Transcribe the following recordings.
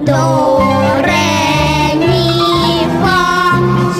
до, ре, ми, фа,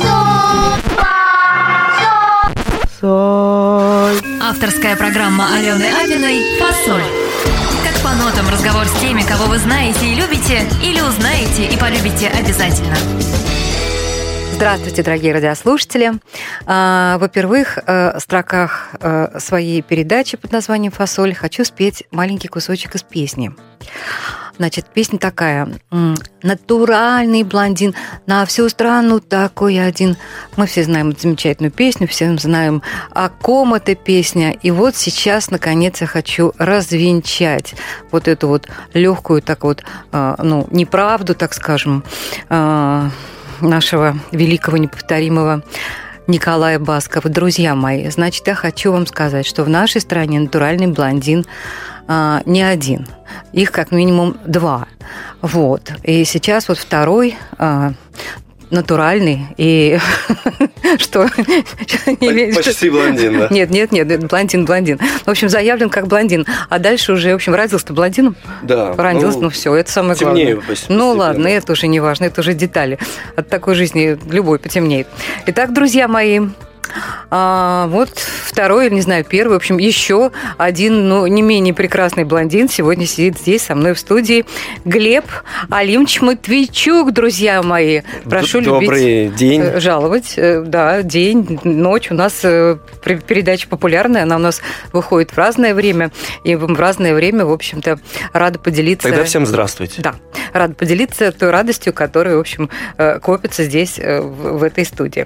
соль. Авторская программа Алены Апиной «Фасоль». Как по нотам разговор с теми, кого вы знаете и любите, или узнаете и полюбите обязательно. Здравствуйте, дорогие радиослушатели. Во-первых, в строках своей передачи под названием «Фасоль» хочу спеть маленький кусочек из песни. Значит, песня такая. «Натуральный блондин, на всю страну такой один». Мы все знаем эту замечательную песню, все знаем, о ком эта песня. И вот сейчас, наконец, я хочу развенчать вот эту вот легкую, так вот, неправду, так скажем, нашего великого, неповторимого Николая Баскова. Друзья мои, значит, я хочу вам сказать, что в нашей стране натуральный блондин не один. Их как минимум 2. Вот. И сейчас вот второй натуральный и что? Почти блондин, да? Нет, блондин. В общем, заявлен как блондин. А дальше уже, в общем, родился-то блондином. Да. Родился, все, это самое главное. Темнее постепенно. Ну ладно, это уже не важно, это уже детали. От такой жизни любой потемнеет. Итак, друзья мои, вот второй, не знаю, первый, в общем, еще один, не менее прекрасный блондин сегодня сидит здесь со мной в студии. Глеб Алимович Матвейчук, друзья мои. Прошу Добрый любить, день. жаловать. Да, день, ночь. У нас передача популярная, она у нас выходит в разное время. И в разное время, в общем-то, рада поделиться. Тогда всем здравствуйте. Да, рада поделиться той радостью, которая, в общем, копится здесь, в этой студии.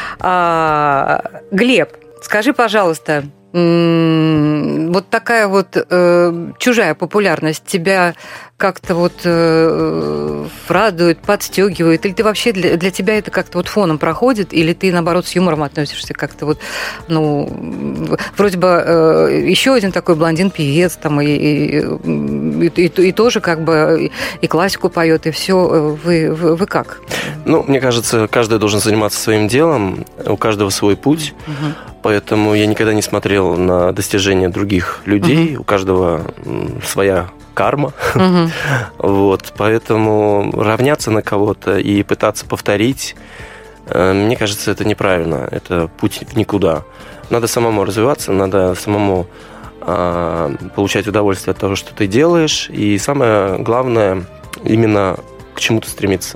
Глеб, скажи, пожалуйста, вот такая вот чужая популярность тебя как-то вот радует, подстегивает? Или ты вообще для тебя это как-то вот фоном проходит? Или ты, наоборот, с юмором относишься как-то вот, вроде бы еще один такой блондин-певец, там, и тоже как бы и классику поет, и все. Вы как? Мне кажется, каждый должен заниматься своим делом, у каждого свой путь. Угу. Поэтому я никогда не смотрел на достижения других людей. У каждого своя карма. Вот, поэтому равняться на кого-то и пытаться повторить, мне кажется, это неправильно. Это путь в никуда. Надо самому развиваться, надо самому получать удовольствие от того, что ты делаешь. И самое главное, именно к чему-то стремиться.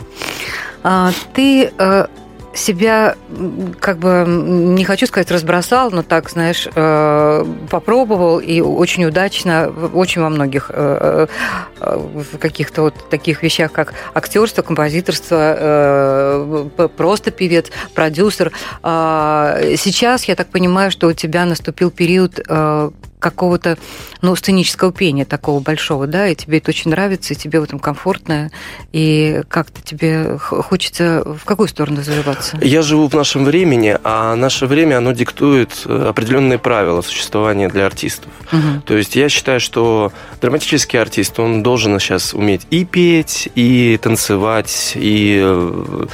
Ты себя, как бы, не хочу сказать, разбросал, но так, знаешь, попробовал и очень удачно, очень во многих каких-то вот таких вещах, как актерство, композиторство, просто певец, продюсер. Сейчас, я так понимаю, что у тебя наступил период какого-то, сценического пения такого большого, да, и тебе это очень нравится, и тебе в этом комфортно, и как-то тебе хочется в какую сторону развиваться? Я живу в нашем времени, а наше время, оно диктует определенные правила существования для артистов. Угу. То есть я считаю, что драматический артист, он должен сейчас уметь и петь, и танцевать, и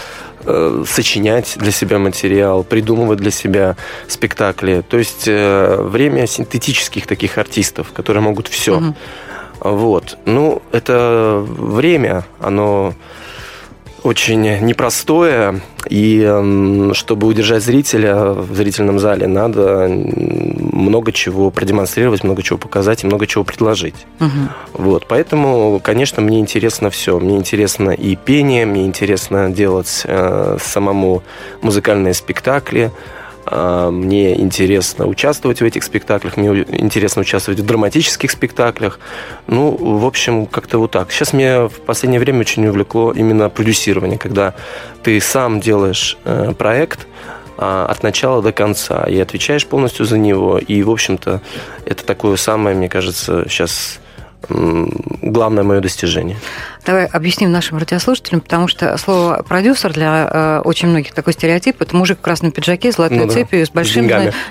сочинять для себя материал, придумывать для себя спектакли. То есть время синтетических таких артистов, которые могут все. Угу. Вот. Это время, оно очень непростое, и чтобы удержать зрителя в зрительном зале, надо много чего продемонстрировать, много чего показать и много чего предложить. Угу. Вот. Поэтому, конечно, мне интересно все. Мне интересно и пение, мне интересно делать самому музыкальные спектакли, мне интересно участвовать в этих спектаклях, мне интересно участвовать в драматических спектаклях. В общем, как-то вот так. Сейчас меня в последнее время очень увлекло именно продюсирование, когда ты сам делаешь проект от начала до конца и отвечаешь полностью за него. И, в общем-то, это такое самое, мне кажется, сейчас главное мое достижение. Давай объясним нашим радиослушателям, потому что слово «продюсер» для очень многих такой стереотип. Это мужик в красном пиджаке, с золотой цепью, с большим,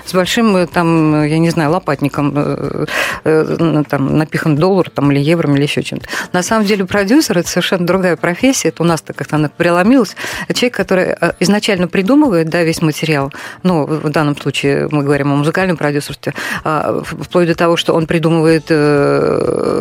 там, я не знаю, лопатником, там, напихан доллар там, или евро, или еще чем-то. На самом деле продюсер – это совершенно другая профессия. Это у нас-то как-то она преломилась. Это человек, который изначально придумывает, да, весь материал. В данном случае мы говорим о музыкальном продюсерстве. Вплоть до того, что он придумывает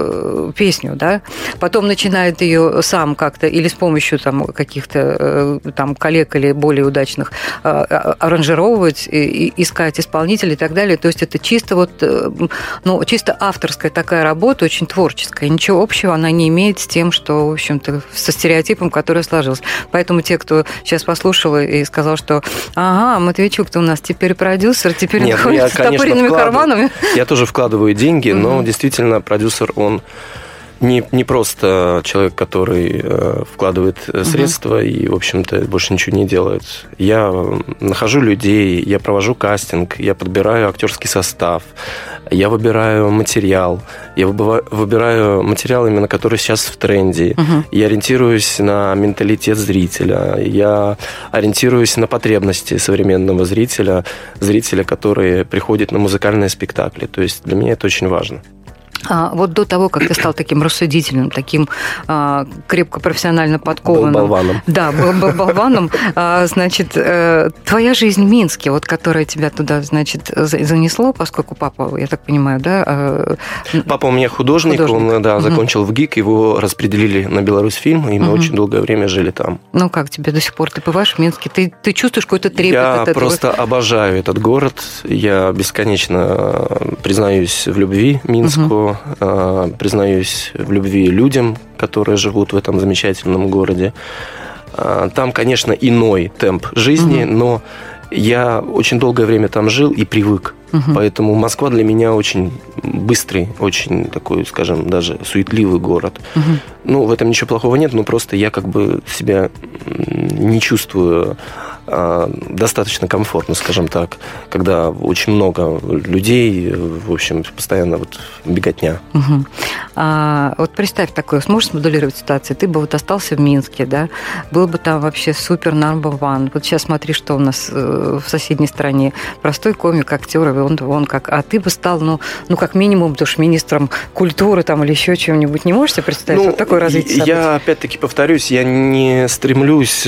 песню, да, потом начинает ее сам как-то или с помощью там каких-то там коллег или более удачных аранжировать, искать исполнителей и так далее. То есть это чисто вот, ну, чисто авторская такая работа, очень творческая. Ничего общего она не имеет с тем, что, в общем-то, со стереотипом, который сложился. Поэтому те, кто сейчас послушал и сказал, что ага, Матвейчук-то у нас теперь продюсер, теперь он ходит с топыренными карманами. Я тоже вкладываю деньги, но действительно продюсер, он не просто человек, который вкладывает средства и, в общем-то, больше ничего не делает. Я нахожу людей, я провожу кастинг, я подбираю актерский состав, я выбираю материал, я выбираю материал, именно который сейчас в тренде. Я ориентируюсь на менталитет зрителя, я ориентируюсь на потребности современного зрителя, который приходит на музыкальные спектакли. То есть для меня это очень важно. Вот до того, как ты стал таким рассудительным, таким крепко профессионально подкованным. Был болваном. Да, был болваном. Значит, твоя жизнь в Минске, вот, которая тебя туда, значит, занесло, поскольку папа, я так понимаю, да? Папа у меня художник. Он, да, закончил в ГИК, его распределили на Беларусьфильм, и мы очень долгое время жили там. Ну как тебе до сих пор? Ты бываешь в Минске? Ты чувствуешь какой-то трепет от этого? Я просто обожаю этот город. Я бесконечно признаюсь в любви Минску. Признаюсь в любви людям, которые живут в этом замечательном городе. Там, конечно, иной темп жизни, но я очень долгое время там жил и привык. Поэтому Москва для меня очень быстрый, очень такой, скажем, даже суетливый город. Ну, в этом ничего плохого нет, но просто я как бы себя не чувствую достаточно комфортно, скажем так, когда очень много людей, в общем, постоянно вот беготня. Вот представь такое, сможешь смоделировать ситуацию? Ты бы вот остался в Минске, да, был бы там вообще супер number one. Вот сейчас смотри, что у нас в соседней стране. Простой комик, актер, он как... А ты бы стал, ну как минимум, тоже министром культуры там или еще чего-нибудь. Не можешь себе представить вот такое развитие событий? Я опять-таки повторюсь, я не стремлюсь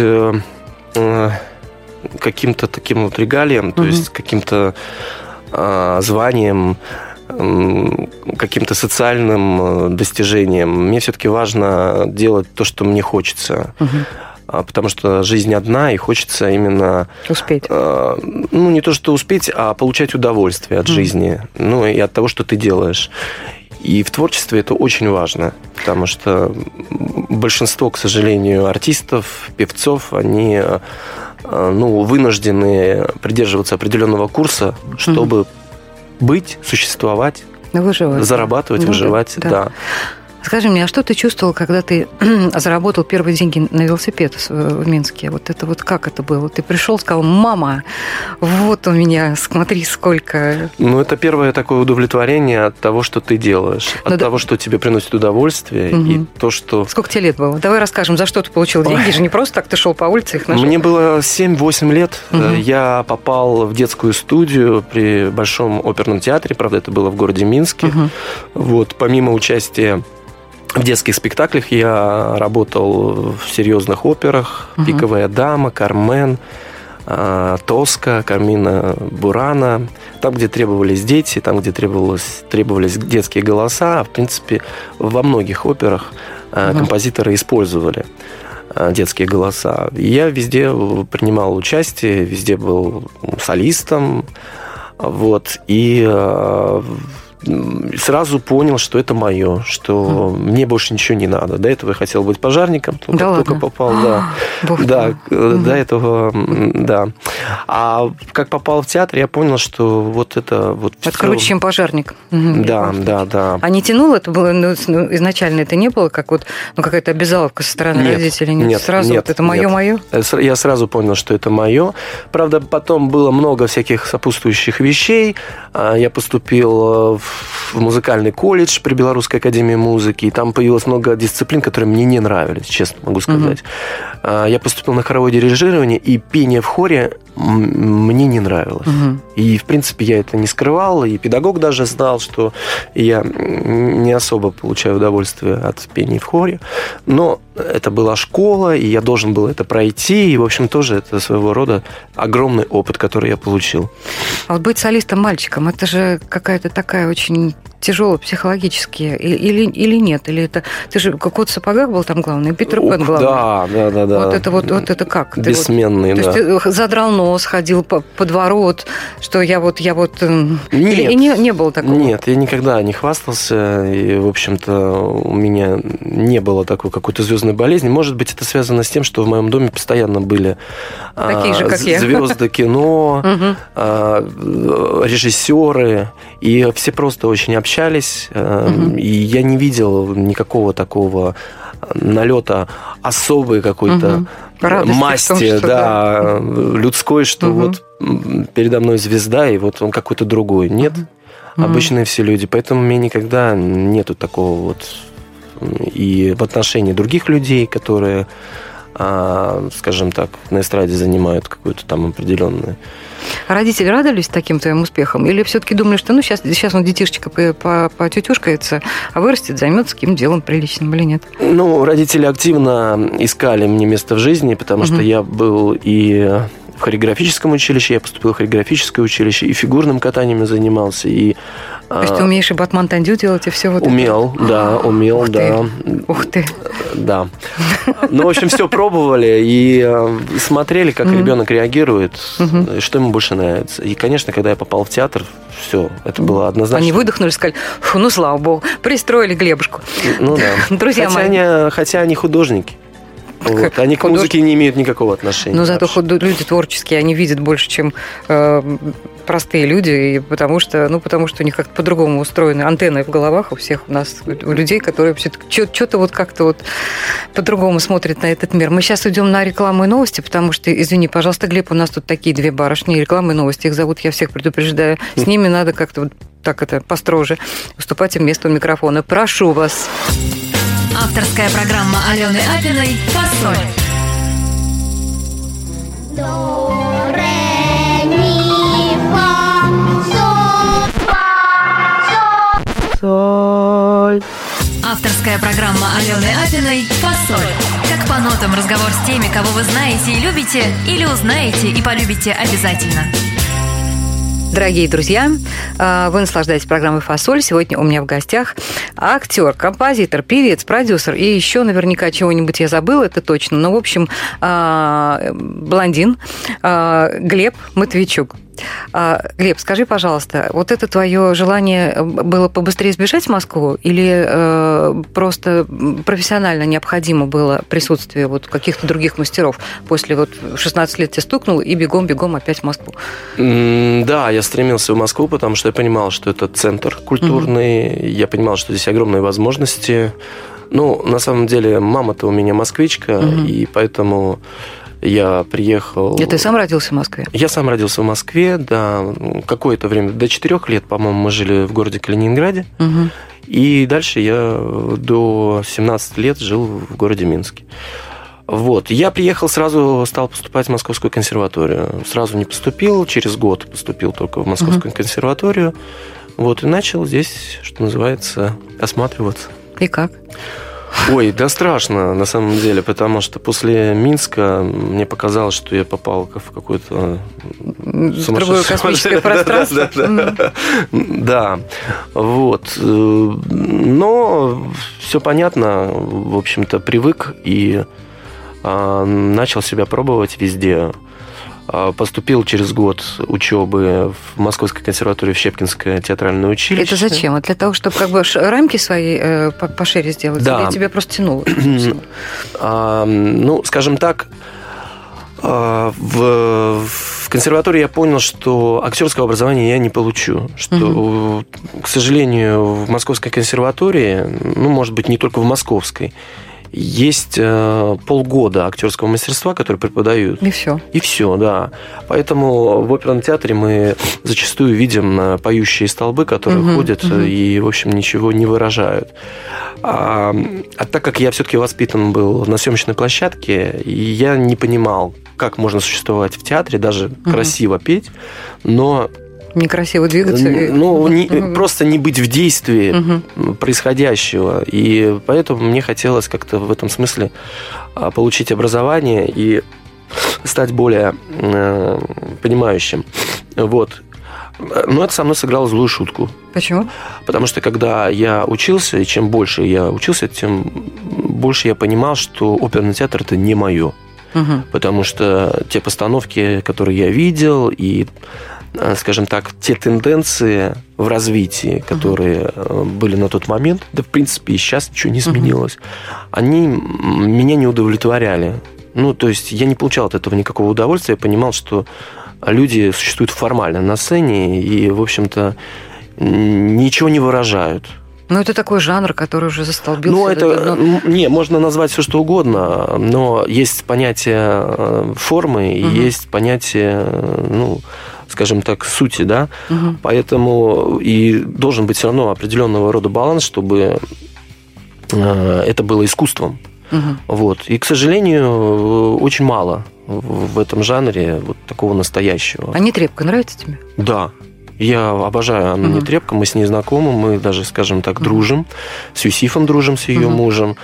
каким-то таким вот регалиям, то есть каким-то званием, каким-то социальным достижением. Мне все-таки важно делать то, что мне хочется. Потому что жизнь одна, и хочется именно... Успеть. Ну, не то, что успеть, а получать удовольствие от жизни. Ну, и от того, что ты делаешь. И в творчестве это очень важно, потому что большинство, к сожалению, артистов, певцов, они вынуждены придерживаться определенного курса, чтобы быть, существовать, зарабатывать, выживать. Да. Скажи мне, а что ты чувствовал, когда ты заработал первые деньги на велосипед в Минске? Вот это вот как это было? Ты пришел, сказал: мама, вот у меня, смотри, сколько. Ну, это первое такое удовлетворение от того, что ты делаешь, от того, что тебе приносит удовольствие, и то, что... Сколько тебе лет было? Давай расскажем, за что ты получил деньги. Же не просто так ты шел по улице, их нашел. Мне было 7-8 лет. Я попал в детскую студию при Большом оперном театре, правда, это было в городе Минске. Вот, помимо участия в детских спектаклях я работал в серьезных операх: «Пиковая дама», «Кармен», «Тоска», «Кармина Бурана». Там, где требовались дети, там, где требовались детские голоса. В принципе, во многих операх композиторы использовали детские голоса. И я везде принимал участие, везде был солистом. Вот. И сразу понял, что это мое, что мне больше ничего не надо. До этого я хотел быть пожарником, только попал, до этого, да. А как попал в театр, я понял, что вот это вот это круче, чем пожарник. Да. А не тянуло? Это было, изначально это не было как вот какая-то обязаловка со стороны родителей? Нет, сразу нет, вот это мое? Я сразу понял, что это мое. Правда, потом было много всяких сопутствующих вещей. Я поступил в музыкальный колледж при Белорусской академии музыки, и там появилось много дисциплин, которые мне не нравились, честно могу сказать. Я поступил на хоровое дирижирование, и пение в хоре мне не нравилось. И, в принципе, я это не скрывал, и педагог даже знал, что я не особо получаю удовольствие от пения в хоре. Но это была школа, и я должен был это пройти. И, в общем, тоже это своего рода огромный опыт, который я получил. А вот быть солистом-мальчиком, это же какая-то такая очень тяжелая психологически, или нет? Или это... Ты же как кот в сапогах был там главный, и Питер Пен главный. Да. Вот это как? Бессменный, да. То есть ты задрал нос, ходил по двору, вот, что я вот... Нет. Или не было такого? Нет, я никогда не хвастался, и, в общем-то, у меня не было такой какой-то звездной болезни. Может быть, это связано с тем, что в моем доме постоянно были такие же, как я. Звезды кино, режиссеры, и все просто очень общались, и я не видел никакого такого налета особой какой-то масти, людской, что вот передо мной звезда, и вот он какой-то другой. Нет, обычные все люди, поэтому у меня никогда нету такого вот и в отношении других людей, которые, скажем так, на эстраде занимают какую-то там определенную. А родители радовались таким твоим успехам? Или все-таки думали, что сейчас он детишечка потютюшкается, а вырастет, займется каким делом приличным или нет? Родители активно искали мне место в жизни, потому что я был и в хореографическом училище, я поступил в хореографическое училище, и фигурным катанием занимался, и... То есть ты умеешь и батман-тандю делать, и все вот умел, это? Умел, Ух да. Ух ты! Да. В общем, все пробовали и смотрели, как ребенок реагирует, что ему больше нравится. И, конечно, когда я попал в театр, все, это было однозначно. Они выдохнули, сказали, слава богу, пристроили Глебушку. Да. Друзья мои. Хотя они художники. Вот. Они к музыке не имеют никакого отношения. Но зато люди творческие, они видят больше, чем простые люди, и потому что у них как-то по-другому устроены антенны в головах у всех у нас, у людей, которые что-то вот как-то вот по-другому смотрят на этот мир. Мы сейчас идем на рекламу и новости, потому что, извини, пожалуйста, Глеб, у нас тут такие две барышни, реклама и новости, их зовут, я всех предупреждаю. С ними надо как-то вот так построже уступать им место у микрофона. Прошу вас. Авторская программа Алены Апиной «Фасоль». До, ре, ми, фа, соль. Авторская программа Алены Апиной «Фасоль». Как по нотам разговор с теми, кого вы знаете и любите, или узнаете и полюбите обязательно. Дорогие друзья, вы наслаждаетесь программой «Фасоль». Сегодня у меня в гостях актер, композитор, певец, продюсер и еще наверняка чего-нибудь я забыла, это точно. Но, в общем, блондин Глеб Матвейчук. Глеб, скажи, пожалуйста, вот это твое желание было побыстрее сбежать в Москву или просто профессионально необходимо было присутствие вот каких-то других мастеров? После вот 16 лет тебе стукнуло и бегом-бегом опять в Москву. Да, я стремился в Москву, потому что я понимал, что это центр культурный, я понимал, что здесь огромные возможности. На самом деле, мама-то у меня москвичка, и поэтому... Я приехал... И ты сам родился в Москве? Я сам родился в Москве, да. Какое-то время, до 4 лет, по-моему, мы жили в городе Калининграде. И дальше я до 17 лет жил в городе Минске. Вот. Я приехал, сразу стал поступать в Московскую консерваторию. Сразу не поступил, через год поступил только в Московскую консерваторию. Вот, и начал здесь, что называется, осматриваться. И как? Ой, да страшно, на самом деле, потому что после Минска мне показалось, что я попал в какое-то другое космическое пространство. Да, вот. Но все понятно, в общем-то, привык и начал себя пробовать везде. Поступил через год учебы в Московской консерватории в Щепкинское театральное училище. Это зачем? Для того, чтобы как бы рамки свои пошире сделать? Да. Или тебя просто тянуло? Скажем так, в консерватории я понял, что актерского образования я не получу. Что, к сожалению, в Московской консерватории, может быть, не только в Московской, есть полгода актерского мастерства, которые преподают. И все. И все, да. Поэтому в оперном театре мы зачастую видим поющие столбы, которые ходят и, в общем, ничего не выражают. А так как я все-таки воспитан был на съемочной площадке, я не понимал, как можно существовать в театре, даже красиво петь, но Некрасиво двигаться. Просто не быть в действии происходящего. И поэтому мне хотелось как-то в этом смысле получить образование и стать более понимающим. Вот. Но это со мной сыграло злую шутку. Почему? Потому что когда я учился, и чем больше я учился, тем больше я понимал, что оперный театр – это не мое. Потому что те постановки, которые я видел, и, скажем так, те тенденции в развитии, которые были на тот момент, да, в принципе, и сейчас ничего не изменилось, они меня не удовлетворяли. То есть я не получал от этого никакого удовольствия, я понимал, что люди существуют формально на сцене и, в общем-то, ничего не выражают. Это такой жанр, который уже застолбился. Можно назвать все, что угодно, но есть понятие формы и есть понятие, скажем так, сути, да. Поэтому и должен быть все равно определенного рода баланс, чтобы это было искусством. Вот. И, к сожалению, очень мало в этом жанре вот такого настоящего. А Нетребко нравится тебе? Да. Я обожаю Анну Нетребко, мы с ней знакомы, мы даже, скажем так, дружим. С Юсифом дружим, с ее мужем.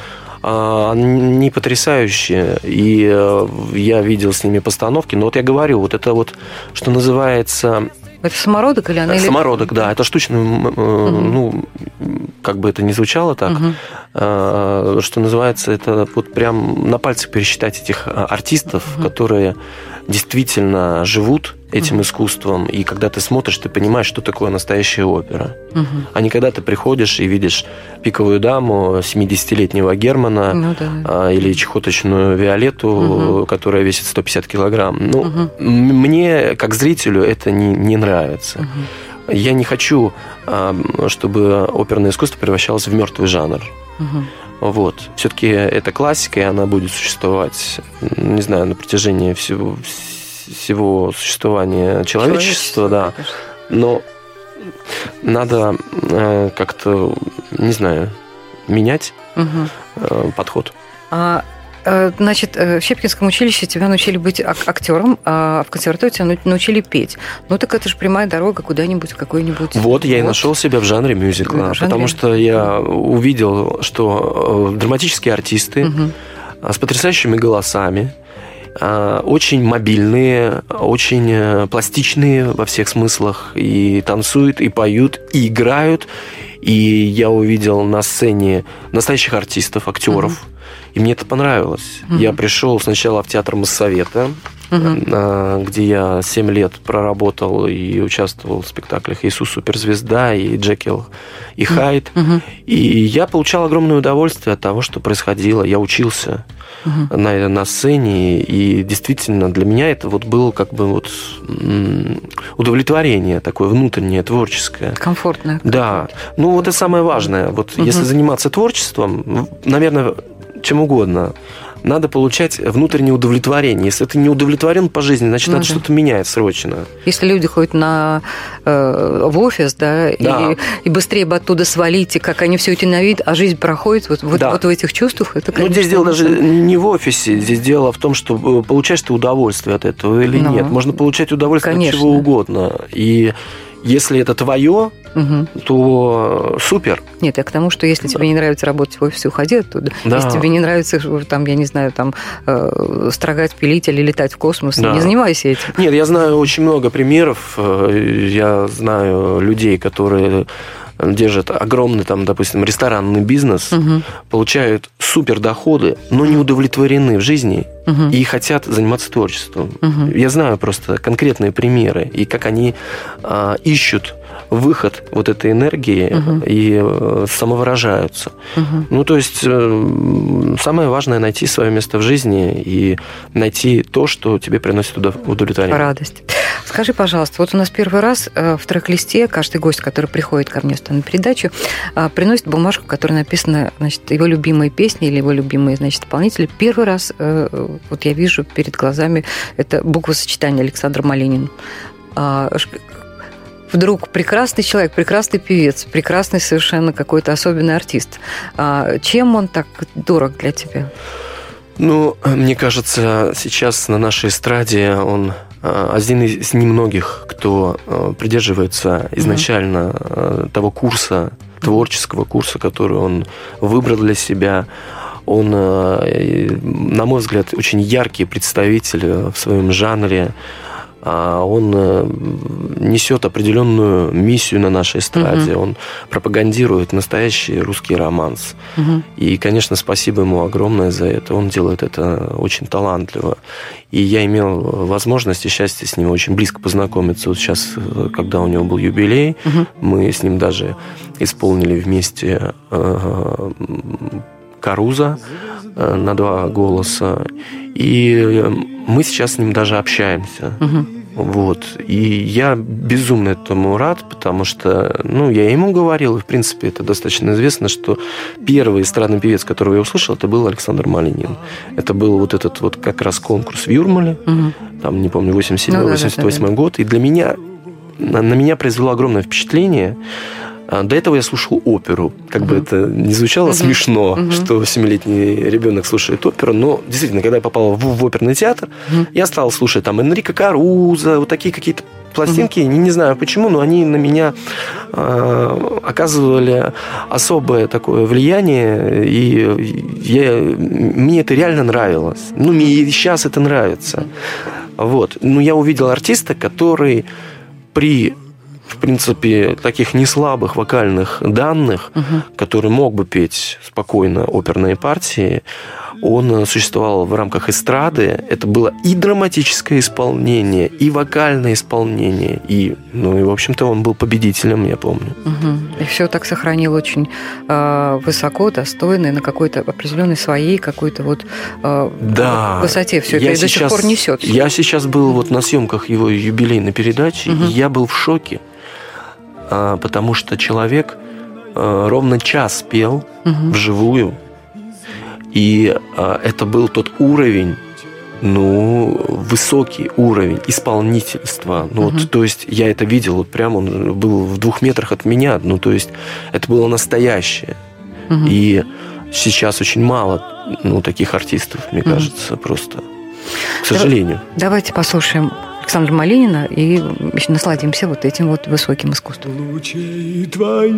Они потрясающие, и я видел с ними постановки. Но вот я говорю, вот это вот, что называется... Это самородок или она? Самородок, да. Это штучный, как бы это ни звучало так, что называется, это вот прям на пальцах пересчитать этих артистов, которые действительно живут этим искусством, и когда ты смотришь, ты понимаешь, что такое настоящая опера. А не когда ты приходишь и видишь «Пиковую даму» 70-летнего Германа или чехоточную Виолетту, которая весит 150 килограмм. Мне, как зрителю, это не нравится. Я не хочу, чтобы оперное искусство превращалось в мертвый жанр. Вот. Все-таки это классика, и она будет существовать, не знаю, на протяжении всего существования человечества, да. Но надо как-то, не знаю, менять подход. Значит, в Щепкинском училище тебя научили быть актером, а в консерватории тебя научили петь. Так это же прямая дорога куда-нибудь, в какой-нибудь... Вот, я и нашел себя в жанре мюзикла, потому что я увидел, что драматические артисты с потрясающими голосами, очень мобильные, очень пластичные во всех смыслах, и танцуют, и поют, и играют. И я увидел на сцене настоящих артистов, актеров, и мне это понравилось. Я пришел сначала в театр Моссовета, где я 7 лет проработал и участвовал в спектаклях «Иисус суперзвезда» и «Джекил и Хайд». И я получал огромное удовольствие от того, что происходило. Я учился на сцене, и действительно для меня это вот было как бы вот удовлетворение такое внутреннее, творческое. Комфортное. Да. Вот это самое важное. Вот если заниматься творчеством, наверное, чем угодно, надо получать внутреннее удовлетворение. Если ты не удовлетворен по жизни, значит, надо что-то менять срочно. Если люди ходят в офис, и быстрее бы оттуда свалить, и как они все это ненавидят, а жизнь проходит вот в этих чувствах, это, конечно... здесь дело даже не в офисе, здесь дело в том, что получаешь ты удовольствие от этого или нет. Можно получать удовольствие от чего угодно. И если это твое, то супер. Нет, я к тому, что если тебе не нравится работать в офисе, уходи оттуда. Да. Если тебе не нравится, там, я не знаю, там, строгать, пилить или летать в космос, не занимайся этим. Нет, я знаю очень много примеров. Я знаю людей, которые держат огромный, там, допустим, ресторанный бизнес, получают супер доходы, но не удовлетворены в жизни и хотят заниматься творчеством. Я знаю просто конкретные примеры, и как они ищут выход вот этой энергии и самовыражаются. То есть самое важное — найти свое место в жизни и найти то, что тебе приносит удовлетворение. Радость. Скажи, пожалуйста, вот у нас первый раз в трек-листе каждый гость, который приходит ко мне на передачу, приносит бумажку, в которой написано, значит, его любимые песни или его любимые, значит, исполнители. Первый раз вот я вижу перед глазами это буквосочетание Александр Малинин. Вдруг прекрасный человек, прекрасный певец, прекрасный совершенно какой-то особенный артист. Чем он так дорог для тебя? Мне кажется, сейчас на нашей эстраде он один из немногих, кто придерживается изначально того курса, творческого курса, который он выбрал для себя. Он, на мой взгляд, очень яркий представитель в своем жанре. Он несет определенную миссию на нашей эстраде. Он пропагандирует настоящий русский романс. И, конечно, спасибо ему огромное за это. Он делает это очень талантливо. И я имел возможность и счастье с ним очень близко познакомиться. Вот сейчас, когда у него был юбилей, мы с ним даже исполнили вместе «Каруза» на 2 голоса. И мы сейчас с ним даже общаемся. Вот. И я безумно этому рад, потому что, я ему говорил, и, в принципе, это достаточно известно, что первый эстрадный певец, которого я услышал, это был Александр Малинин. Это был вот этот вот как раз конкурс в Юрмале, там, не помню, 87-88 год. И для меня, на меня произвело огромное впечатление. До этого я слушал оперу. Как бы это не звучало смешно, что 7-летний ребенок слушает оперу, но действительно, когда я попал в оперный театр, я стал слушать там Энрико Карузо, вот такие какие-то пластинки, не знаю почему, но они на меня оказывали особое такое влияние, и мне это реально нравилось. Мне и сейчас это нравится. Вот. Но я увидел артиста, который при, в принципе, таких неслабых вокальных данных, который мог бы петь спокойно оперные партии, он существовал в рамках эстрады. Это было и драматическое исполнение, и вокальное исполнение. И, в общем-то, он был победителем, я помню. И все так сохранил очень высоко, достойно, на какой-то определенной своей какой-то высоте. Все это и до сих пор несет. Я сейчас был вот на съемках его юбилейной передачи, и я был в шоке, потому что человек ровно час пел вживую. И это был тот уровень, высокий уровень исполнительства. То есть я это видел, вот прямо он был в 2 метрах от меня. То есть это было настоящее. И сейчас очень мало таких артистов, мне кажется, просто. К сожалению. Давайте послушаем Александра Малинина и насладимся вот этим вот высоким искусством. Лучей твоих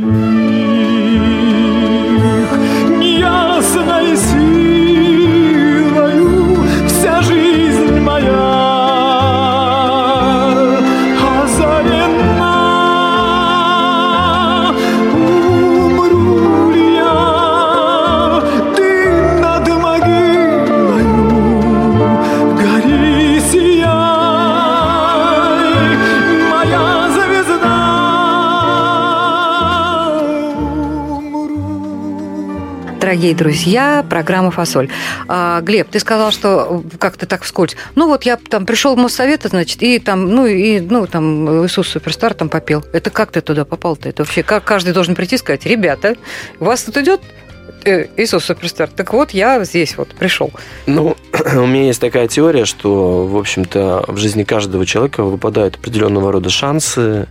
неясной силою вся жизнь моя озарена. Умру ли я, ты над могилою гори, сияй, моя звезда. Дорогие друзья, программа «Фасоль». Глеб, ты сказал, что как-то так вскользь. Я там пришел в Моссовет, значит, и там, там Иисус Суперстар там попел. Это как ты туда попал-то? Это вообще как каждый должен прийти и сказать: ребята, у вас тут идет Иисус Суперстар. Так вот, я здесь вот пришел. У меня есть такая теория, что, в общем-то, в жизни каждого человека выпадают определенного рода шансы,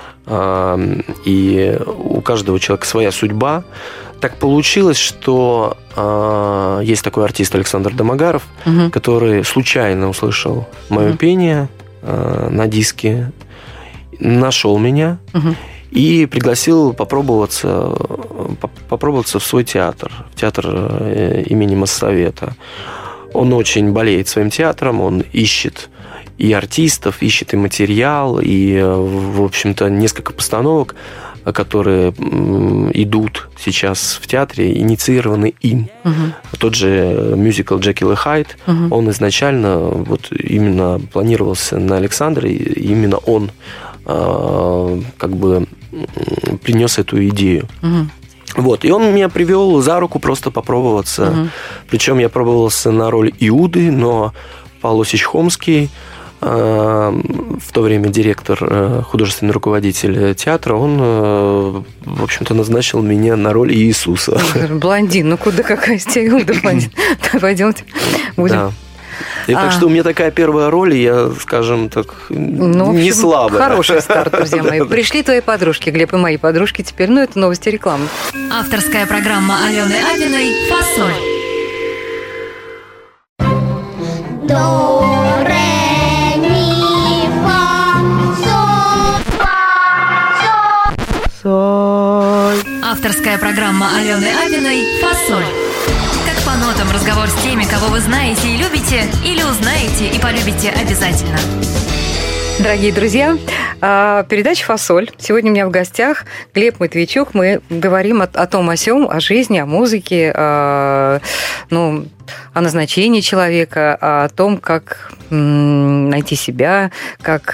и у каждого человека своя судьба. Так получилось, что есть такой артист Александр Домогаров, который случайно услышал мое пение на диске, нашел меня и пригласил попробоваться в свой театр, в театр имени Моссовета. Он очень болеет своим театром, он ищет и артистов, ищет и материал, и, в общем-то, несколько постановок, которые идут сейчас в театре, инициированы им. Тот же мюзикл «Джекил и Хайд», он изначально вот именно планировался на Александра, и именно он принес эту идею. Вот, и он меня привел за руку просто попробоваться. Причем я пробовался на роль Иуды, но Павел Осич Хомский, в то время директор, художественный руководитель театра, он, в общем-то, назначил меня на роль Иисуса. Блондин, куда какая Иуда блондин? Пойдемте, будем. Да. И так что у меня такая первая роль, и я, скажем так, не слабая. Хороший старт, друзья мои. Пришли твои подружки, Глеб, и мои подружки теперь. Это новости рекламы. Авторская программа Алены Апиной «Фасоль». До, ре, ми, Авторская программа Алены Апиной «Фасоль». Как по нотам разговор с теми, кого вы знаете и любите, или узнаете и полюбите обязательно. Дорогие друзья, передача «Фасоль». Сегодня у меня в гостях Глеб Матвейчук. Мы говорим о том, о сём, о жизни, о музыке, о назначении человека, о том, как найти себя, как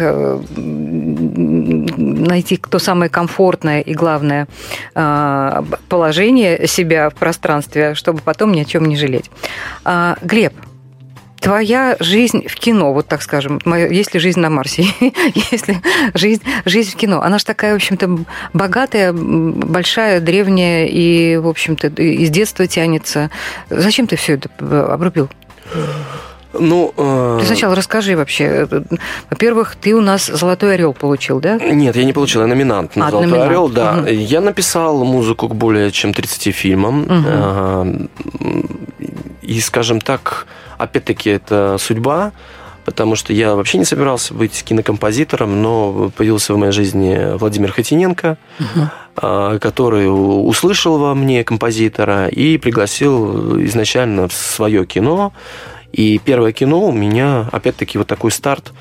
найти то самое комфортное и главное положение себя в пространстве, чтобы потом ни о чем не жалеть. Глеб, твоя жизнь в кино, вот так скажем, есть ли жизнь на Марсе, если жизнь в кино, она же такая, в общем-то, богатая, большая, древняя и, в общем-то, из детства тянется. Зачем ты все это обрубил? Ты сначала расскажи вообще. Во-первых, ты у нас «Золотой орел» получил, да? Нет, я не получил, я номинант на «Золотой орел», да. Угу. Я написал музыку к более чем 30 фильмам. Угу. И, скажем так, опять-таки, это судьба, потому что я вообще не собирался быть кинокомпозитором, но появился в моей жизни Владимир Хотиненко, который услышал во мне композитора и пригласил изначально в свое кино. И первое кино у меня, опять-таки, вот такой старт.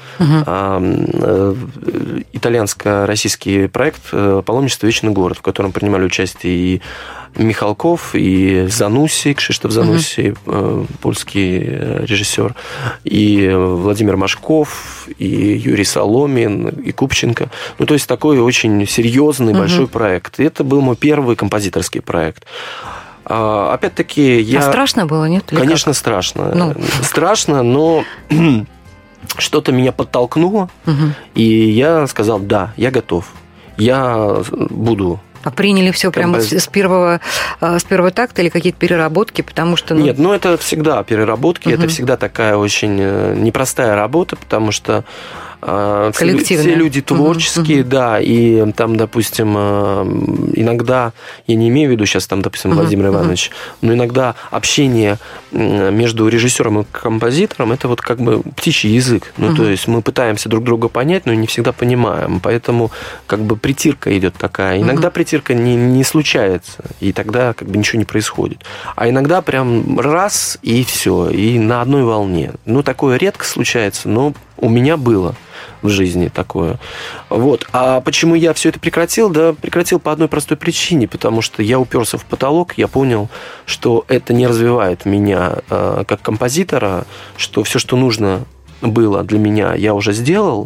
Итальянско-российский проект «Паломничество в Вечный город», в котором принимали участие и Михалков, и Занусси, Кшиштоф Занусси, польский режиссер, и Владимир Машков, и Юрий Соломин, и Купченко. То есть такой очень серьезный, большой проект. И это был мой первый композиторский проект. Опять-таки, я... страшно было, нет? Конечно, страшно. Страшно, но что-то меня подтолкнуло, и я сказал, да, я готов. Я буду... А приняли все прямо с первого такта или какие-то переработки, потому что... Нет, это всегда переработки, это всегда такая очень непростая работа, потому что все люди творческие, да, и там, допустим, иногда, я не имею в виду сейчас, там, допустим, Владимир Иванович, но иногда общение между режиссером и композитором – это вот как бы птичий язык. То есть мы пытаемся друг друга понять, но не всегда понимаем, поэтому как бы притирка идет такая. Иногда притирка не случается, и тогда как бы ничего не происходит. А иногда прям раз, и все, и на одной волне. Такое редко случается, но у меня было в жизни такое. Вот. А почему я все это прекратил? Да, прекратил по одной простой причине, потому что я уперся в потолок, я понял, что это не развивает меня как композитора, что все, что нужно было для меня, я уже сделал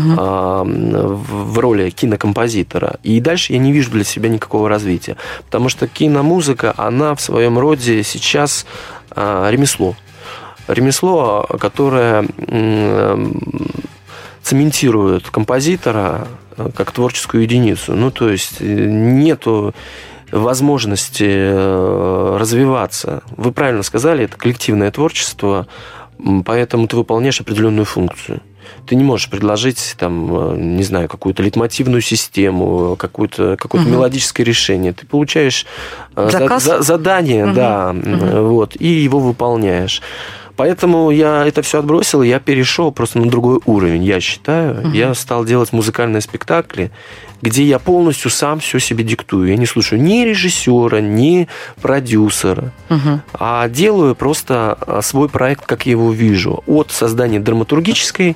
в роли кинокомпозитора. И дальше я не вижу для себя никакого развития. Потому что киномузыка, она в своем роде сейчас ремесло. Ремесло, которое цементирует композитора как творческую единицу. То есть нету возможности развиваться. Вы правильно сказали, это коллективное творчество, поэтому ты выполняешь определенную функцию. Ты не можешь предложить, там, не знаю, какую-то лейтмотивную систему, какое-то мелодическое решение. Ты получаешь задание, да, вот, и его выполняешь. Поэтому я это все отбросил, и я перешел просто на другой уровень, я считаю. Я стал делать музыкальные спектакли, где я полностью сам все себе диктую. Я не слушаю ни режиссера, ни продюсера, а делаю просто свой проект, как я его вижу. От создания драматургической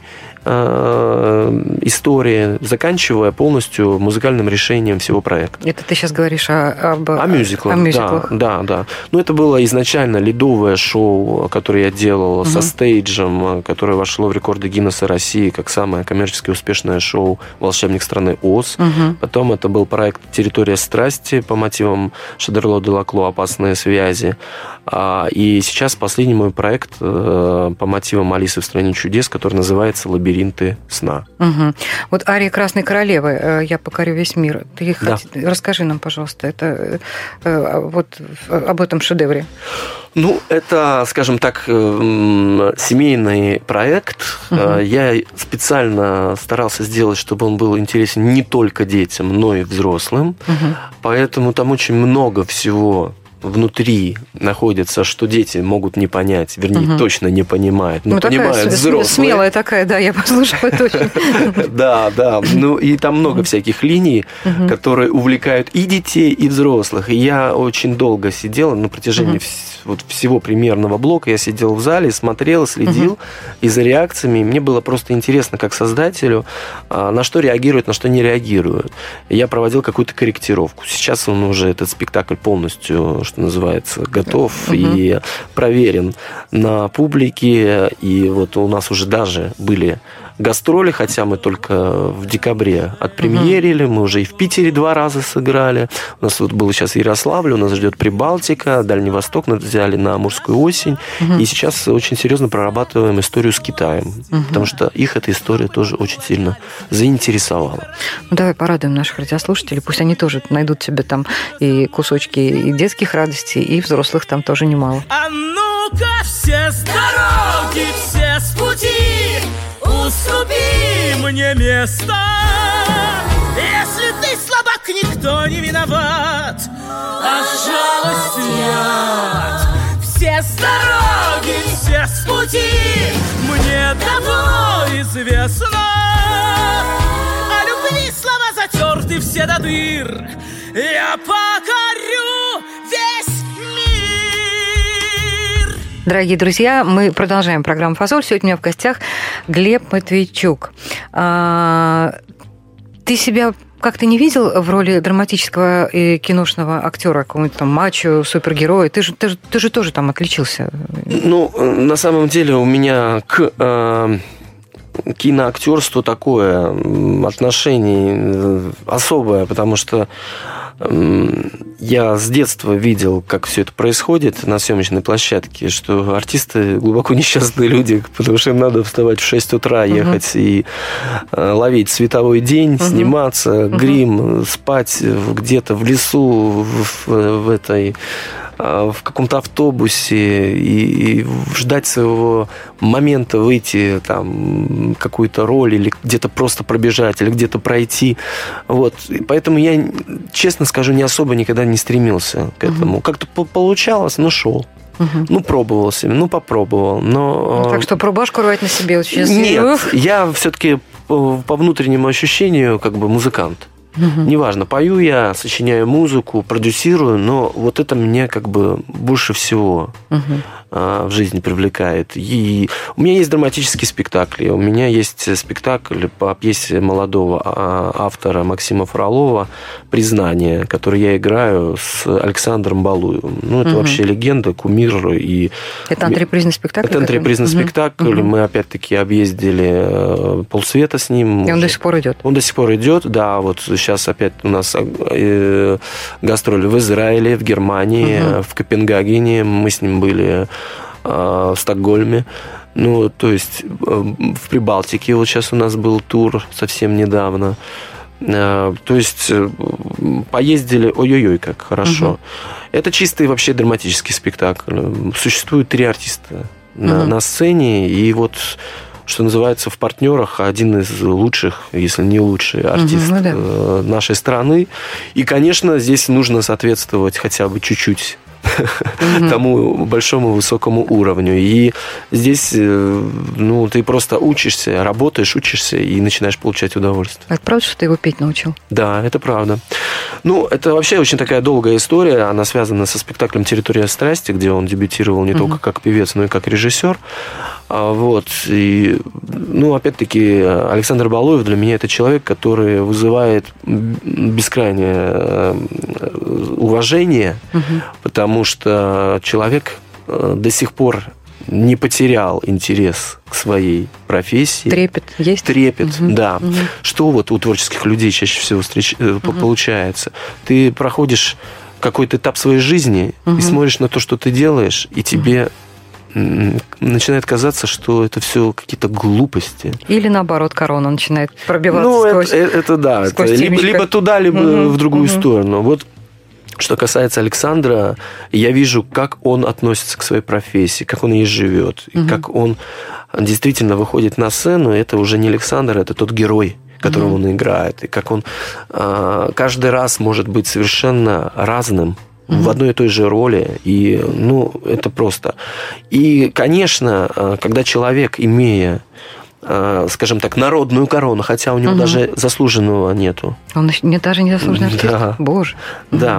истории, заканчивая полностью музыкальным решением всего проекта. Это ты сейчас говоришь о мюзиклах. Да. Это было изначально ледовое шоу, которое я делал со стейджем, которое вошло в рекорды Гиннесса России как самое коммерчески успешное шоу «Волшебник страны Оз». Потом это был проект «Территория страсти» по мотивам Шодерло де Лакло «Опасные связи». И сейчас последний мой проект по мотивам Алисы в стране чудес, который называется «Лабиринты сна». Вот ария «Красной королевы» «Я покорю весь мир». Расскажи нам, пожалуйста, это вот об этом шедевре. Это, скажем так, семейный проект. Я специально старался сделать, чтобы он был интересен не только детям, но и взрослым. Поэтому там очень много всего внутри находится, что дети могут не понять, вернее, точно не понимают, но понимают такая взрослые. Смелая такая, да, я послушала точно. Да. Ну, и там много всяких линий, которые увлекают и детей, и взрослых. И я очень долго сидел, на протяжении всего премьерного блока, я сидел в зале, смотрел, следил и за реакциями. Мне было просто интересно, как создателю, на что реагируют, на что не реагируют. Я проводил какую-то корректировку. Сейчас он уже, этот спектакль, полностью, что называется, готов и проверен на публике. И вот у нас уже даже были гастроли, хотя мы только в декабре отпремьерили, мы уже и в Питере 2 раза сыграли. У нас вот было сейчас Ярославль, у нас ждет Прибалтика, Дальний Восток, нас взяли на Амурскую осень. И сейчас очень серьезно прорабатываем историю с Китаем, потому что их эта история тоже очень сильно заинтересовала. Ну, давай порадуем наших радиослушателей, пусть они тоже найдут себе там и кусочки и детских радостей, и взрослых там тоже немало. А ну-ка все с дороги, все с пути, уступи мне место. Если ты слабак, никто не виноват, а жалость нет. Все с дороги, все с пути, мне давно известно. О любви слова затерты все до дыр. Я покорю весь мир. Дорогие друзья, мы продолжаем программу «Фасоль». Сегодня у меня в гостях Глеб Матвейчук. Ты себя как-то не видел в роли драматического и киношного актера, какого-нибудь там мачо, супергероя? Ты же тоже там отличился. Ну, на самом деле у меня к киноактерству такое отношение особое, потому что я с детства видел, как все это происходит на съемочной площадке, что артисты глубоко несчастные люди, потому что им надо вставать в 6 утра, ехать и ловить световой день, сниматься, грим, спать где-то в лесу, в каком-то автобусе и ждать своего момента выйти там какую-то роль или где-то просто пробежать или где-то пройти. Вот. И поэтому я, честно скажу, не особо никогда не стремился к этому. Как-то получалось, но шел. Ну, пробовал себе, ну, попробовал. Но... Так что пробашку рвать на себе вот сейчас? Нет, я все-таки по внутреннему ощущению как бы музыкант. Неважно, пою я, сочиняю музыку, продюсирую, но вот это меня как бы больше всего в жизни привлекает. И у меня есть драматические спектакли. У меня есть спектакль по пьесе молодого автора Максима Фролова «Признание», который я играю с Александром Балуевым. Ну, это вообще легенда, кумир. И... Это антрепризный спектакль? Это антрепризный спектакль. Мы, опять-таки, объездили полсвета с ним. И он до сих пор идет? Он до сих пор идет, да. Вот сейчас опять у нас гастроли в Израиле, в Германии, в Копенгагене. Мы с ним были в Стокгольме. Ну, то есть в Прибалтике вот сейчас у нас был тур совсем недавно. То есть поездили, ой-ой-ой, как хорошо. Это чистый вообще драматический спектакль. Существует 3 артиста на сцене, и вот, что называется, в партнерах один из лучших, если не лучший артист нашей страны. И, конечно, здесь нужно соответствовать хотя бы чуть-чуть тому большому высокому уровню. И здесь, ну, ты просто учишься, работаешь, учишься и начинаешь получать удовольствие. Это правда, что ты его петь научил? Да, это правда. Ну, это вообще очень такая долгая история. Она связана со спектаклем «Территория страсти», где он дебютировал не только как певец, но и как режиссер. Вот. И, ну, опять-таки, Александр Балуев для меня это человек, который вызывает бескрайнее уважение, потому что человек до сих пор не потерял интерес к своей профессии. Трепет есть? Трепет, да. Что вот у творческих людей чаще всего получается? Ты проходишь какой-то этап своей жизни и смотришь на то, что ты делаешь, и тебе начинает казаться, что это все какие-то глупости. Или наоборот, корона начинает пробиваться сквозь. Это да. Либо туда, либо в другую сторону. Вот. Что касается Александра, я вижу, как он относится к своей профессии, как он ей живет, и как он действительно выходит на сцену. Это уже не Александр, это тот герой, которого он играет, и как он каждый раз может быть совершенно разным в одной и той же роли. И, это просто. И, конечно, когда человек, имея, скажем так, народную корону, хотя у него даже заслуженного нету. Он даже не заслуженный артист? Да. Боже. Да.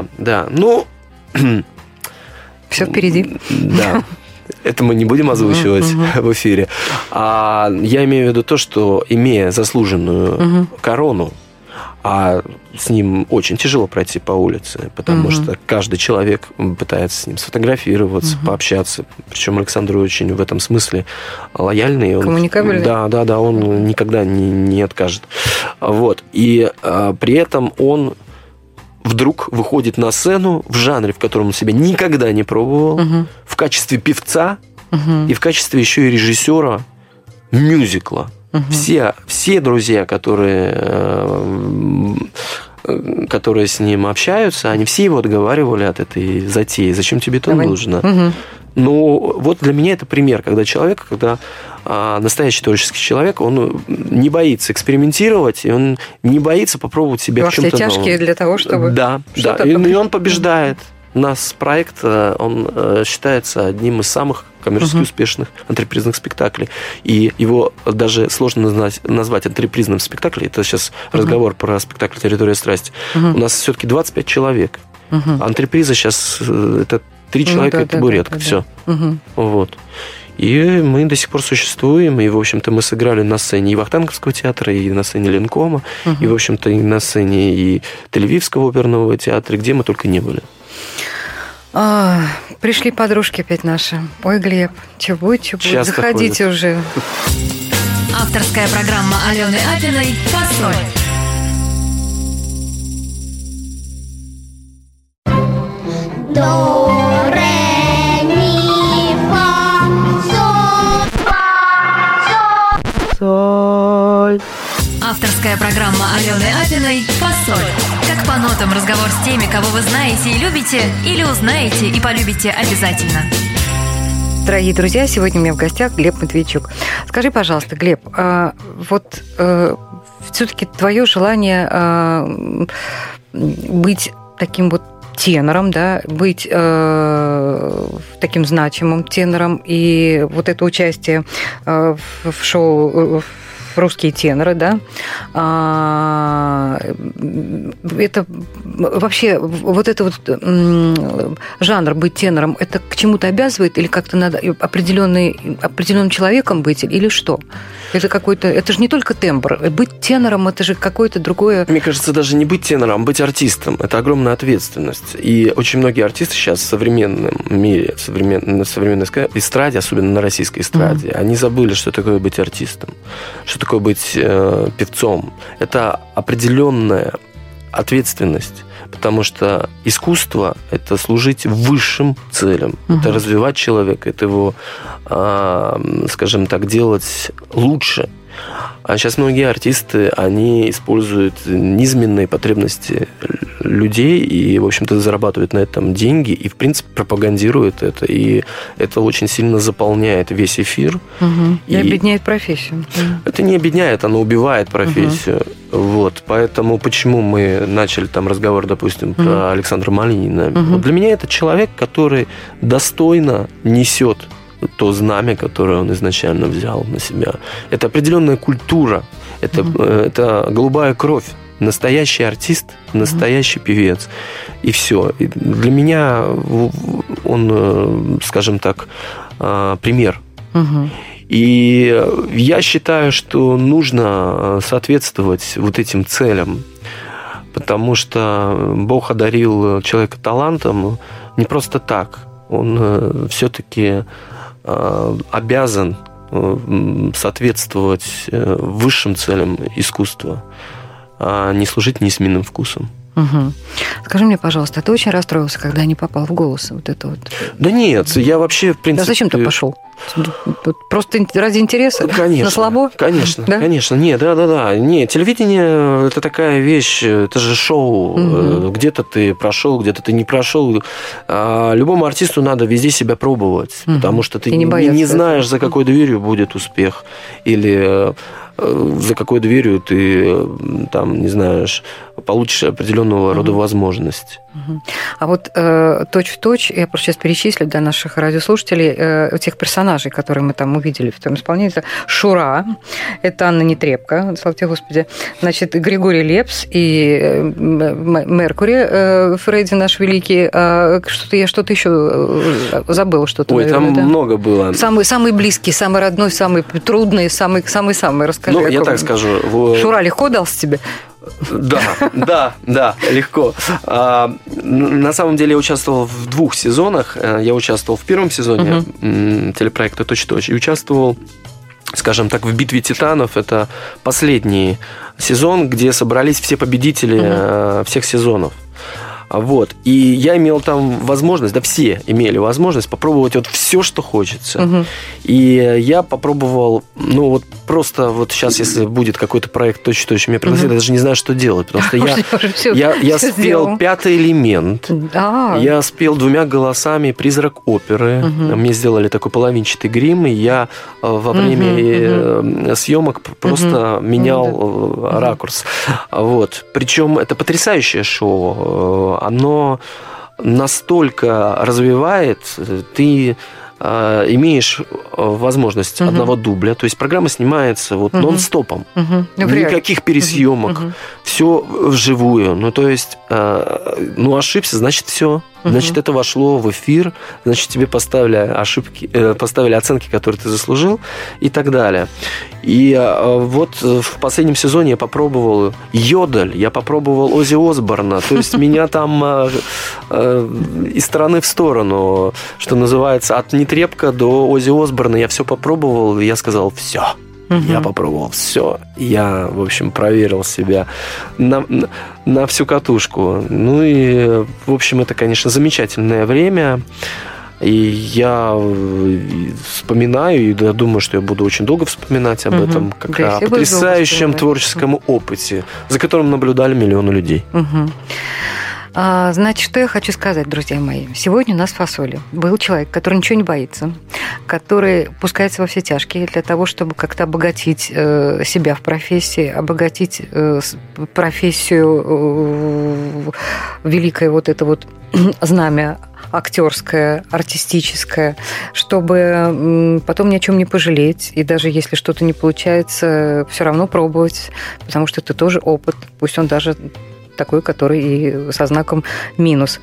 Все впереди. Да. Это мы не будем озвучивать в эфире. А я имею в виду то, что, имея заслуженную корону, а с ним очень тяжело пройти по улице, потому что каждый человек пытается с ним сфотографироваться, пообщаться. Причем Александр очень в этом смысле лояльный. Коммуникабельный. Да, он никогда не откажет. Вот. И при этом он вдруг выходит на сцену в жанре, в котором он себя никогда не пробовал, в качестве певца и в качестве еще и режиссера мюзикла. Все друзья, которые с ним общаются, они все его отговаривали от этой затеи. Зачем тебе это нужно? Вот для меня это пример, когда настоящий творческий человек, он не боится экспериментировать, и он не боится попробовать себя в чем-то новом. Тяжкие для того, чтобы... Да. И он побеждает. У нас проект, он считается одним из самых коммерчески успешных антрепризных спектаклей. И его даже сложно назвать антрепризным спектаклем. Это сейчас разговор про спектакль «Территория страсти». У нас все-таки 25 человек. Антреприза сейчас это 3 человека и табуретка. Все. Вот. И мы до сих пор существуем, и, в общем-то, мы сыграли на сцене и Вахтанговского театра, и на сцене Ленкома, и, в общем-то, и на сцене и Тель-Авивского оперного театра, где мы только не были. Пришли подружки опять наши. Ой, Глеб, чего будет? Часто заходите ходят. уже. Авторская программа Алены Апиной «Фасоль». До, ре, ми, фа, соль. Авторская программа Алены Апиной «Фасоль». Как по нотам разговор с теми, кого вы знаете и любите, или узнаете и полюбите обязательно. Дорогие друзья, сегодня у меня в гостях Глеб Матвейчук. Скажи, пожалуйста, Глеб, все-таки твое желание быть таким вот тенором, да, быть таким значимым тенором, и вот это участие в шоу «Русские теноры», да, это вообще вот это вот жанр быть тенором, это к чему-то обязывает или как-то надо определенным человеком быть или что? Это какой-то, это же не только тембр. Быть тенором, это же какое-то другое... Мне кажется, даже не быть тенором, а быть артистом. Это огромная ответственность. И очень многие артисты сейчас в современном мире, на современной эстраде, особенно на российской эстраде, они забыли, что такое быть артистом, что такое быть певцом. Это определенная ответственность. Потому что искусство – это служить высшим целям. Это развивать человека, это его, скажем так, делать лучше. А сейчас многие артисты, они используют низменные потребности людей и, в общем-то, зарабатывают на этом деньги и, в принципе, пропагандируют это. И это очень сильно заполняет весь эфир. И обедняет профессию. Это не обедняет, оно убивает профессию. Вот. Поэтому почему мы начали там разговор, допустим, про Александра Малинина. Вот для меня это человек, который достойно несет то знамя, которое он изначально взял на себя. Это определенная культура, это голубая кровь, настоящий артист, настоящий певец. И все. И для меня он, скажем так, пример. И я считаю, что нужно соответствовать вот этим целям, потому что Бог одарил человека талантом не просто так. Он все-таки обязан соответствовать высшим целям искусства, а не служить низменным вкусом. Скажи мне, пожалуйста, ты очень расстроился, когда не попал в «Голос»? Вот это вот. Да нет, я вообще, в принципе... Да зачем ты пошел? Просто ради интереса? Конечно. На слабо? Конечно, да? Конечно. Нет, да. Нет, телевидение – это такая вещь, это же шоу. Где-то ты прошел, где-то ты не прошел. Любому артисту надо везде себя пробовать, потому что ты не знаешь, за какой дверью будет успех. Или за какой дверью ты там, не знаешь, получишь определенного рода возможность. А вот точь-в-точь, я просто сейчас перечислю для наших радиослушателей тех персонажей, которые мы там увидели в том исполнении. Это Шура, это Анна Нетребко, слава тебе Господи, значит, Григорий Лепс и Меркури, Фредди наш великий. Что-то я что-то еще забыла, что-то. Ой, наверное, там много было. Самый близкий, самый родной, самый трудный, самый. Расскажи. Ну, я так скажу. Шура легко дался тебе? Да, легко. На самом деле я участвовал в 2 сезонах. Я участвовал в первом сезоне телепроекта «Точь-в-точь» и участвовал, скажем так, в «Битве титанов». Это последний сезон, где собрались все победители всех сезонов. Вот. И я имел там возможность, да все имели возможность попробовать вот все, что хочется. И я попробовал, ну вот просто вот сейчас, если будет какой-то проект точно меня пригласит, я даже не знаю, что делать, потому что я спел «5-й элемент», я спел 2 голосами «Призрак оперы», мне сделали такой половинчатый грим, и я во время съемок просто менял ракурс. Вот. Причем это потрясающее шоу. Оно настолько развивает, ты имеешь возможность одного дубля, то есть программа снимается вот нон-стопом, никаких пересъемок, все вживую, ну то есть, ну ошибся, значит все, значит это вошло в эфир, значит тебе поставили оценки, которые ты заслужил и так далее. И вот в последнем сезоне я попробовал йодель, я попробовал Оззи Осборна, то есть меня там из стороны в сторону, что называется, от Нетребко до Оззи Осборна я все попробовал, и я сказал все. Я попробовал все. Я, в общем, проверил себя на всю катушку. Ну и, в общем, это, конечно, замечательное время. И я вспоминаю, и я думаю, что я буду очень долго вспоминать об этом, как о потрясающем творческом опыте, за которым наблюдали миллионы людей. Значит, что я хочу сказать, друзья мои. Сегодня у нас в «Фасоли» был человек, который ничего не боится, который пускается во все тяжкие для того, чтобы как-то обогатить себя в профессии, обогатить профессию, великое вот это вот знамя актерское, артистическое, чтобы потом ни о чем не пожалеть, и даже если что-то не получается, все равно пробовать, потому что это тоже опыт, пусть он даже такой, который и со знаком минус.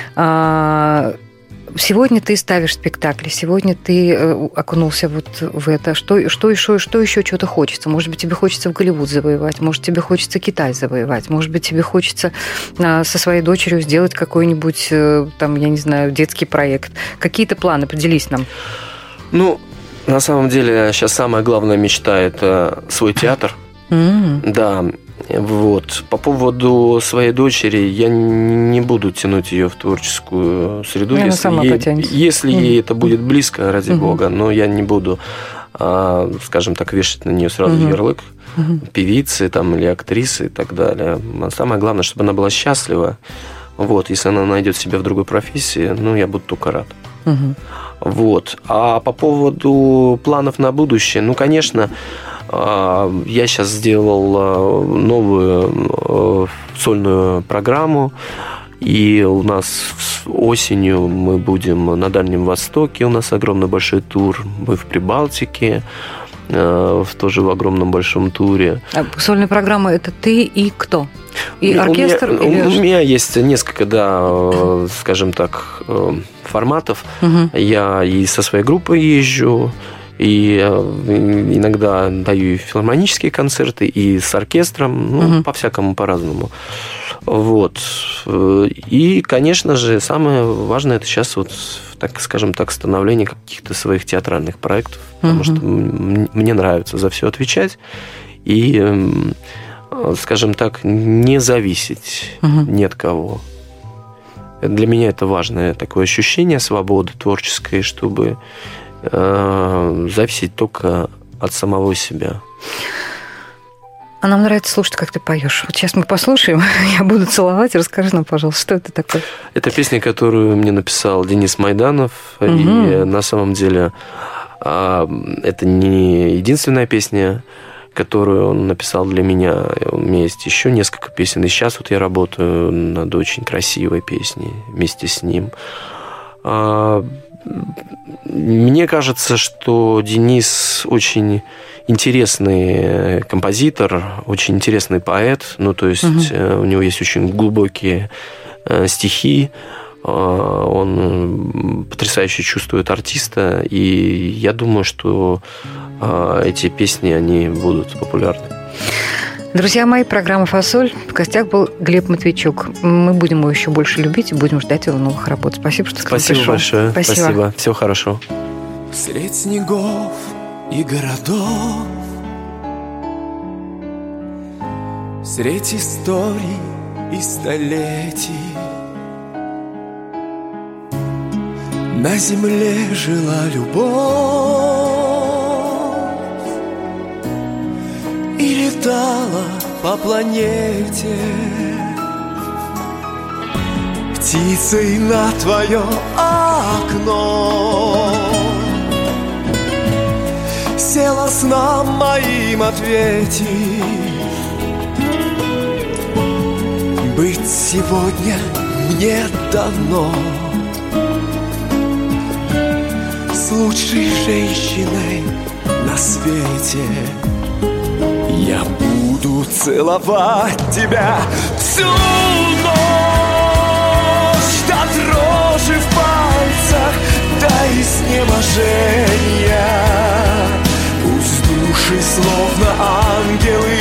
Сегодня ты ставишь спектакли, сегодня ты окунулся вот в это. Что еще чего-то хочется? Может быть, тебе хочется в Голливуд завоевать, может, тебе хочется Китай завоевать, может быть, тебе хочется со своей дочерью сделать какой-нибудь, там, я не знаю, детский проект. Какие-то планы? Поделись нам. Ну, на самом деле, сейчас самая главная мечта – это свой театр. Да. Вот. По поводу своей дочери, я не буду тянуть ее в творческую среду, если ей это будет близко, ради бога, но я не буду, скажем так, вешать на нее сразу ярлык певицы там, или актрисы и так далее. Самое главное, чтобы она была счастлива. Вот. Если она найдет себя в другой профессии, ну, я буду только рад. Вот. А по поводу планов на будущее, ну, конечно, я сейчас сделал новую сольную программу, и у нас осенью мы будем на Дальнем Востоке, у нас огромный большой тур, мы в Прибалтике, тоже в огромном большом туре. А сольная программа – это ты и кто? И оркестр? У меня есть несколько, да, скажем так, форматов. Я и со своей группой езжу, и иногда даю и филармонические концерты, и с оркестром, ну, по-всякому, по-разному. Вот. И, конечно же, самое важное это сейчас, вот, так скажем так, становление каких-то своих театральных проектов, потому что мне нравится за все отвечать и, скажем так, не зависеть ни от кого. Для меня это важное такое ощущение свободы творческой, чтобы зависеть только от самого себя. А нам нравится слушать, как ты поешь. Вот сейчас мы послушаем, я буду целовать. Расскажи нам, пожалуйста, что это такое? Это песня, которую мне написал Денис Майданов. И на самом деле это не единственная песня, которую он написал для меня. У меня есть еще несколько песен. И сейчас вот я работаю над очень красивой песней вместе с ним. Мне кажется, что Денис очень интересный композитор, очень интересный поэт. Ну, то есть у него есть очень глубокие стихи. Он потрясающе чувствует артиста. И я думаю, что эти песни, они будут популярны. Друзья мои, программа «Фасоль». В гостях был Глеб Матвейчук. Мы будем его еще больше любить и будем ждать его новых работ. Спасибо, что к нам пришел. Спасибо большое. Спасибо. Всего хорошего. Средь снегов и городов, средь историй и столетий, на земле жила любовь и летала по планете птицей на твое окно. Села снам моим ответить, быть сегодня мне дано с лучшей женщиной на свете. Я буду целовать тебя всю ночь, до дрожи в пальцах, до изнеможения. Пусть души, словно ангелы,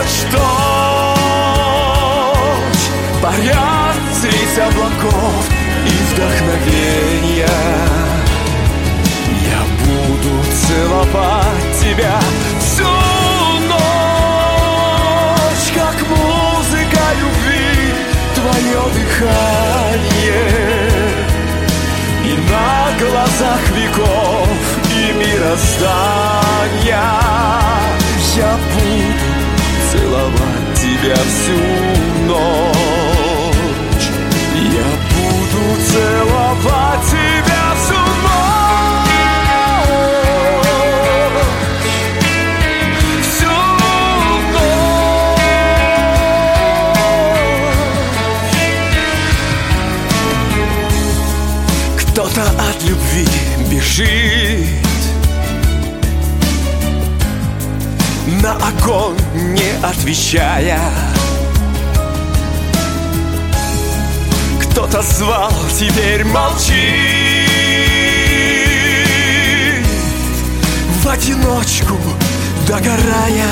точь-в-точь парят средь облаков и вдохновения. Я буду целовать тебя всю ночь, как музыка любви, твое дыхание. И на глазах веков и мироздания я буду целовать тебя всю ночь. Я буду целовать тебя всю ночь. Всю ночь. Кто-то от любви бежит, на огонь не отвечая. Кто-то звал, теперь молчит, в одиночку догорая.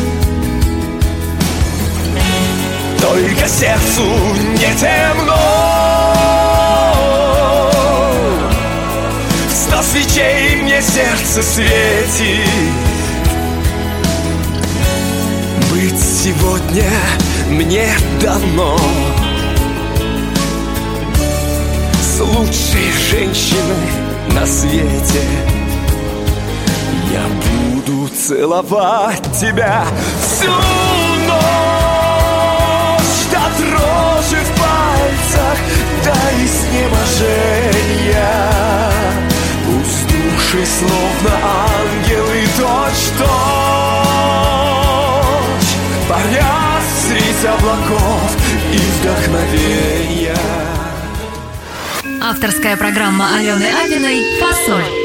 Только сердцу не темно, в 100 свечей мне сердце светит. Быть сегодня мне дано с лучшей женщиной на свете. Я буду целовать тебя всю ночь, до дрожи в пальцах, до изнеможения. Пусть души, словно ангелы, точь-в-точь парят средь облаков и вдохновения. Авторская программа Алены Апиной «Фасоль».